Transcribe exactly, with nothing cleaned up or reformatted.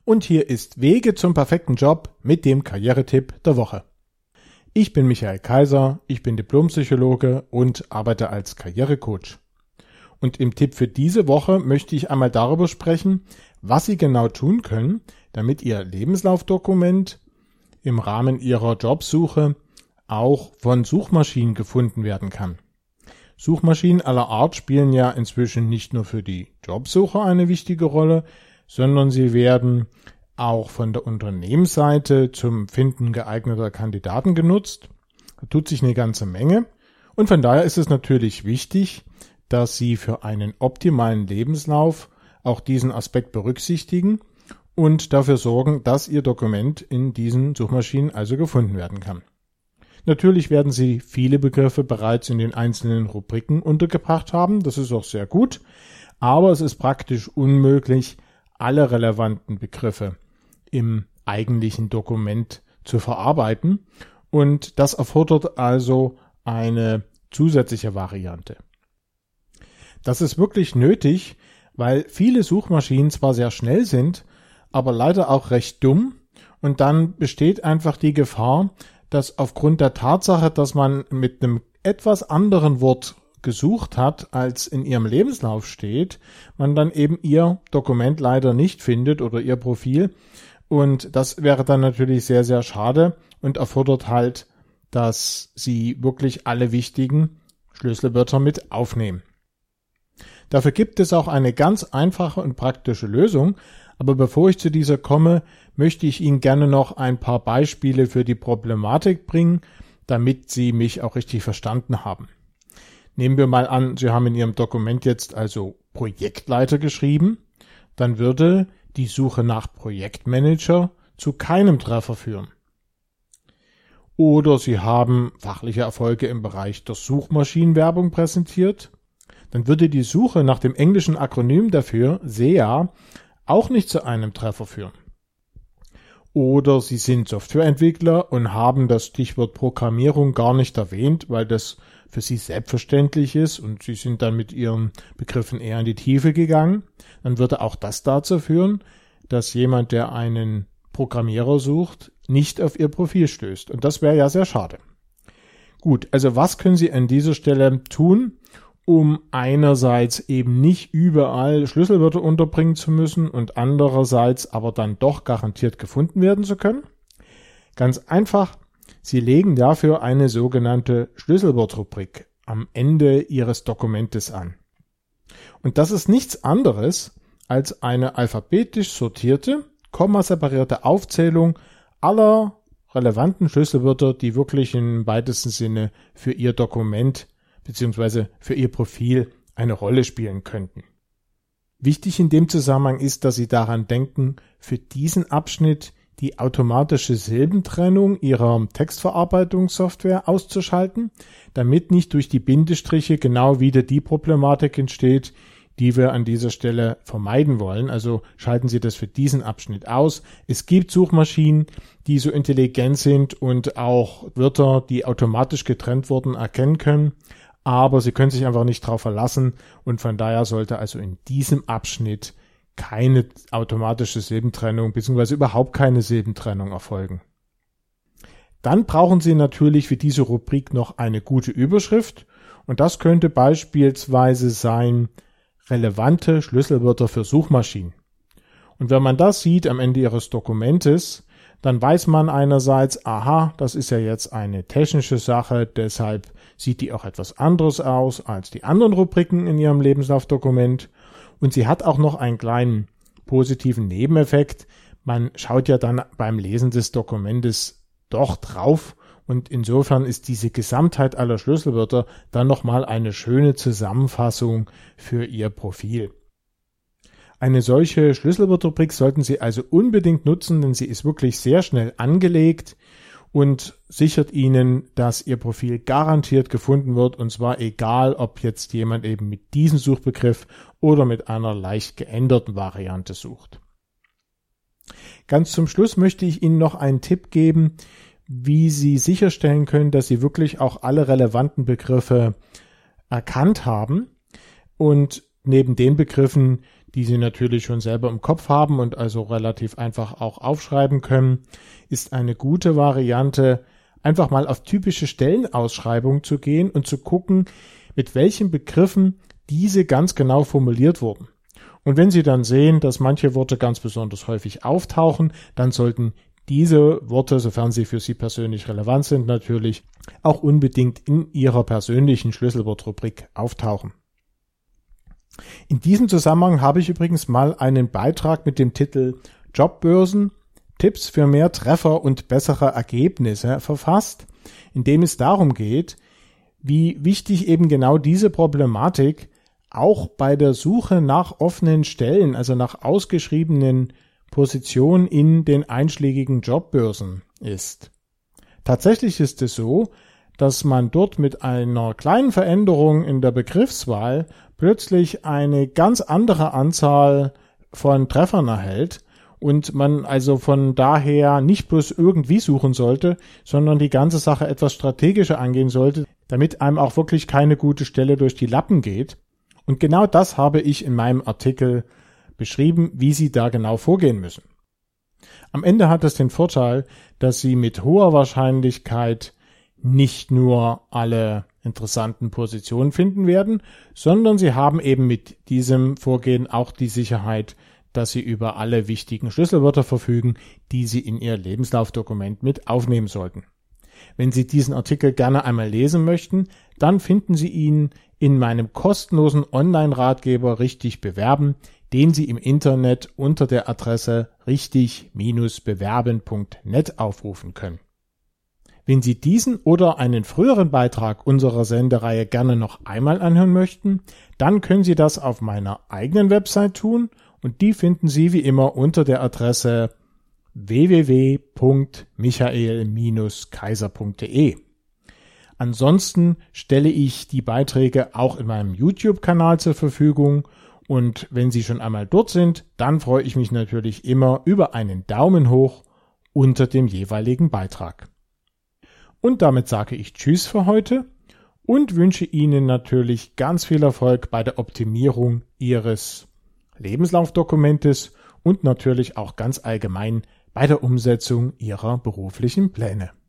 Und hier ist Wege zum perfekten Job mit dem Karrieretipp der Woche. Ich bin Michael Kaiser, ich bin Diplompsychologe und arbeite als Karrierecoach. Und im Tipp für diese Woche möchte ich einmal darüber sprechen, was Sie genau tun können, damit Ihr Lebenslaufdokument im Rahmen Ihrer Jobsuche auch von Suchmaschinen gefunden werden kann. Suchmaschinen aller Art spielen ja inzwischen nicht nur für die Jobsuche eine wichtige Rolle, sondern sie werden auch von der Unternehmensseite zum Finden geeigneter Kandidaten genutzt. Da tut sich eine ganze Menge und von daher ist es natürlich wichtig, dass Sie für einen optimalen Lebenslauf auch diesen Aspekt berücksichtigen und dafür sorgen, dass Ihr Dokument in diesen Suchmaschinen also gefunden werden kann. Natürlich werden Sie viele Begriffe bereits in den einzelnen Rubriken untergebracht haben, das ist auch sehr gut, aber es ist praktisch unmöglich, alle relevanten Begriffe im eigentlichen Dokument zu verarbeiten und das erfordert also eine zusätzliche Variante. Das ist wirklich nötig, weil viele Suchmaschinen zwar sehr schnell sind, aber leider auch recht dumm und dann besteht einfach die Gefahr, dass aufgrund der Tatsache, dass man mit einem etwas anderen Wort gesucht hat, als in Ihrem Lebenslauf steht, man dann eben Ihr Dokument leider nicht findet oder Ihr Profil. Und das wäre dann natürlich sehr, sehr schade und erfordert halt, dass Sie wirklich alle wichtigen Schlüsselwörter mit aufnehmen. Dafür gibt es auch eine ganz einfache und praktische Lösung. Aber bevor ich zu dieser komme, möchte ich Ihnen gerne noch ein paar Beispiele für die Problematik bringen, damit Sie mich auch richtig verstanden haben. Nehmen wir mal an, Sie haben in Ihrem Dokument jetzt also Projektleiter geschrieben, dann würde die Suche nach Projektmanager zu keinem Treffer führen. Oder Sie haben fachliche Erfolge im Bereich der Suchmaschinenwerbung präsentiert, dann würde die Suche nach dem englischen Akronym dafür, S E A, auch nicht zu einem Treffer führen. Oder Sie sind Softwareentwickler und haben das Stichwort Programmierung gar nicht erwähnt, weil das für Sie selbstverständlich ist und Sie sind dann mit Ihren Begriffen eher in die Tiefe gegangen. Dann würde auch das dazu führen, dass jemand, der einen Programmierer sucht, nicht auf Ihr Profil stößt. Und das wäre ja sehr schade. Gut, also was können Sie an dieser Stelle tun, um einerseits eben nicht überall Schlüsselwörter unterbringen zu müssen und andererseits aber dann doch garantiert gefunden werden zu können? Ganz einfach, Sie legen dafür eine sogenannte Schlüsselwortrubrik am Ende Ihres Dokumentes an. Und das ist nichts anderes als eine alphabetisch sortierte, kommaseparierte Aufzählung aller relevanten Schlüsselwörter, die wirklich im weitesten Sinne für Ihr Dokument beziehungsweise für Ihr Profil eine Rolle spielen könnten. Wichtig in dem Zusammenhang ist, dass Sie daran denken, für diesen Abschnitt die automatische Silbentrennung Ihrer Textverarbeitungssoftware auszuschalten, damit nicht durch die Bindestriche genau wieder die Problematik entsteht, die wir an dieser Stelle vermeiden wollen. Also schalten Sie das für diesen Abschnitt aus. Es gibt Suchmaschinen, die so intelligent sind und auch Wörter, die automatisch getrennt wurden, erkennen können. Aber Sie können sich einfach nicht darauf verlassen und von daher sollte also in diesem Abschnitt keine automatische Silbentrennung bzw. überhaupt keine Silbentrennung erfolgen. Dann brauchen Sie natürlich für diese Rubrik noch eine gute Überschrift und das könnte beispielsweise sein relevante Schlüsselwörter für Suchmaschinen. Und wenn man das sieht am Ende Ihres Dokumentes, dann weiß man einerseits, aha, das ist ja jetzt eine technische Sache, deshalb sieht die auch etwas anderes aus als die anderen Rubriken in Ihrem Lebenslaufdokument. Und sie hat auch noch einen kleinen positiven Nebeneffekt. Man schaut ja dann beim Lesen des Dokumentes doch drauf und insofern ist diese Gesamtheit aller Schlüsselwörter dann nochmal eine schöne Zusammenfassung für Ihr Profil. Eine solche Schlüsselwortrubrik sollten Sie also unbedingt nutzen, denn sie ist wirklich sehr schnell angelegt und sichert Ihnen, dass Ihr Profil garantiert gefunden wird, und zwar egal, ob jetzt jemand eben mit diesem Suchbegriff oder mit einer leicht geänderten Variante sucht. Ganz zum Schluss möchte ich Ihnen noch einen Tipp geben, wie Sie sicherstellen können, dass Sie wirklich auch alle relevanten Begriffe erkannt haben und neben den Begriffen, die Sie natürlich schon selber im Kopf haben und also relativ einfach auch aufschreiben können, ist eine gute Variante, einfach mal auf typische Stellenausschreibungen zu gehen und zu gucken, mit welchen Begriffen diese ganz genau formuliert wurden. Und wenn Sie dann sehen, dass manche Worte ganz besonders häufig auftauchen, dann sollten diese Worte, sofern sie für Sie persönlich relevant sind, natürlich auch unbedingt in Ihrer persönlichen Schlüsselwortrubrik auftauchen. In diesem Zusammenhang habe ich übrigens mal einen Beitrag mit dem Titel Jobbörsen, Tipps für mehr Treffer und bessere Ergebnisse verfasst, in dem es darum geht, wie wichtig eben genau diese Problematik auch bei der Suche nach offenen Stellen, also nach ausgeschriebenen Positionen in den einschlägigen Jobbörsen ist. Tatsächlich ist es so, dass man dort mit einer kleinen Veränderung in der Begriffswahl plötzlich eine ganz andere Anzahl von Treffern erhält und man also von daher nicht bloß irgendwie suchen sollte, sondern die ganze Sache etwas strategischer angehen sollte, damit einem auch wirklich keine gute Stelle durch die Lappen geht. Und genau das habe ich in meinem Artikel beschrieben, wie Sie da genau vorgehen müssen. Am Ende hat es den Vorteil, dass Sie mit hoher Wahrscheinlichkeit nicht nur alle interessanten Positionen finden werden, sondern Sie haben eben mit diesem Vorgehen auch die Sicherheit, dass Sie über alle wichtigen Schlüsselwörter verfügen, die Sie in Ihr Lebenslaufdokument mit aufnehmen sollten. Wenn Sie diesen Artikel gerne einmal lesen möchten, dann finden Sie ihn in meinem kostenlosen Online-Ratgeber Richtig bewerben, den Sie im Internet unter der Adresse richtig bewerben punkt net aufrufen können. Wenn Sie diesen oder einen früheren Beitrag unserer Sendereihe gerne noch einmal anhören möchten, dann können Sie das auf meiner eigenen Website tun und die finden Sie wie immer unter der Adresse w w w punkt michael kaiser punkt de. Ansonsten stelle ich die Beiträge auch in meinem YouTube-Kanal zur Verfügung und wenn Sie schon einmal dort sind, dann freue ich mich natürlich immer über einen Daumen hoch unter dem jeweiligen Beitrag. Und damit sage ich Tschüss für heute und wünsche Ihnen natürlich ganz viel Erfolg bei der Optimierung Ihres Lebenslaufdokumentes und natürlich auch ganz allgemein bei der Umsetzung Ihrer beruflichen Pläne.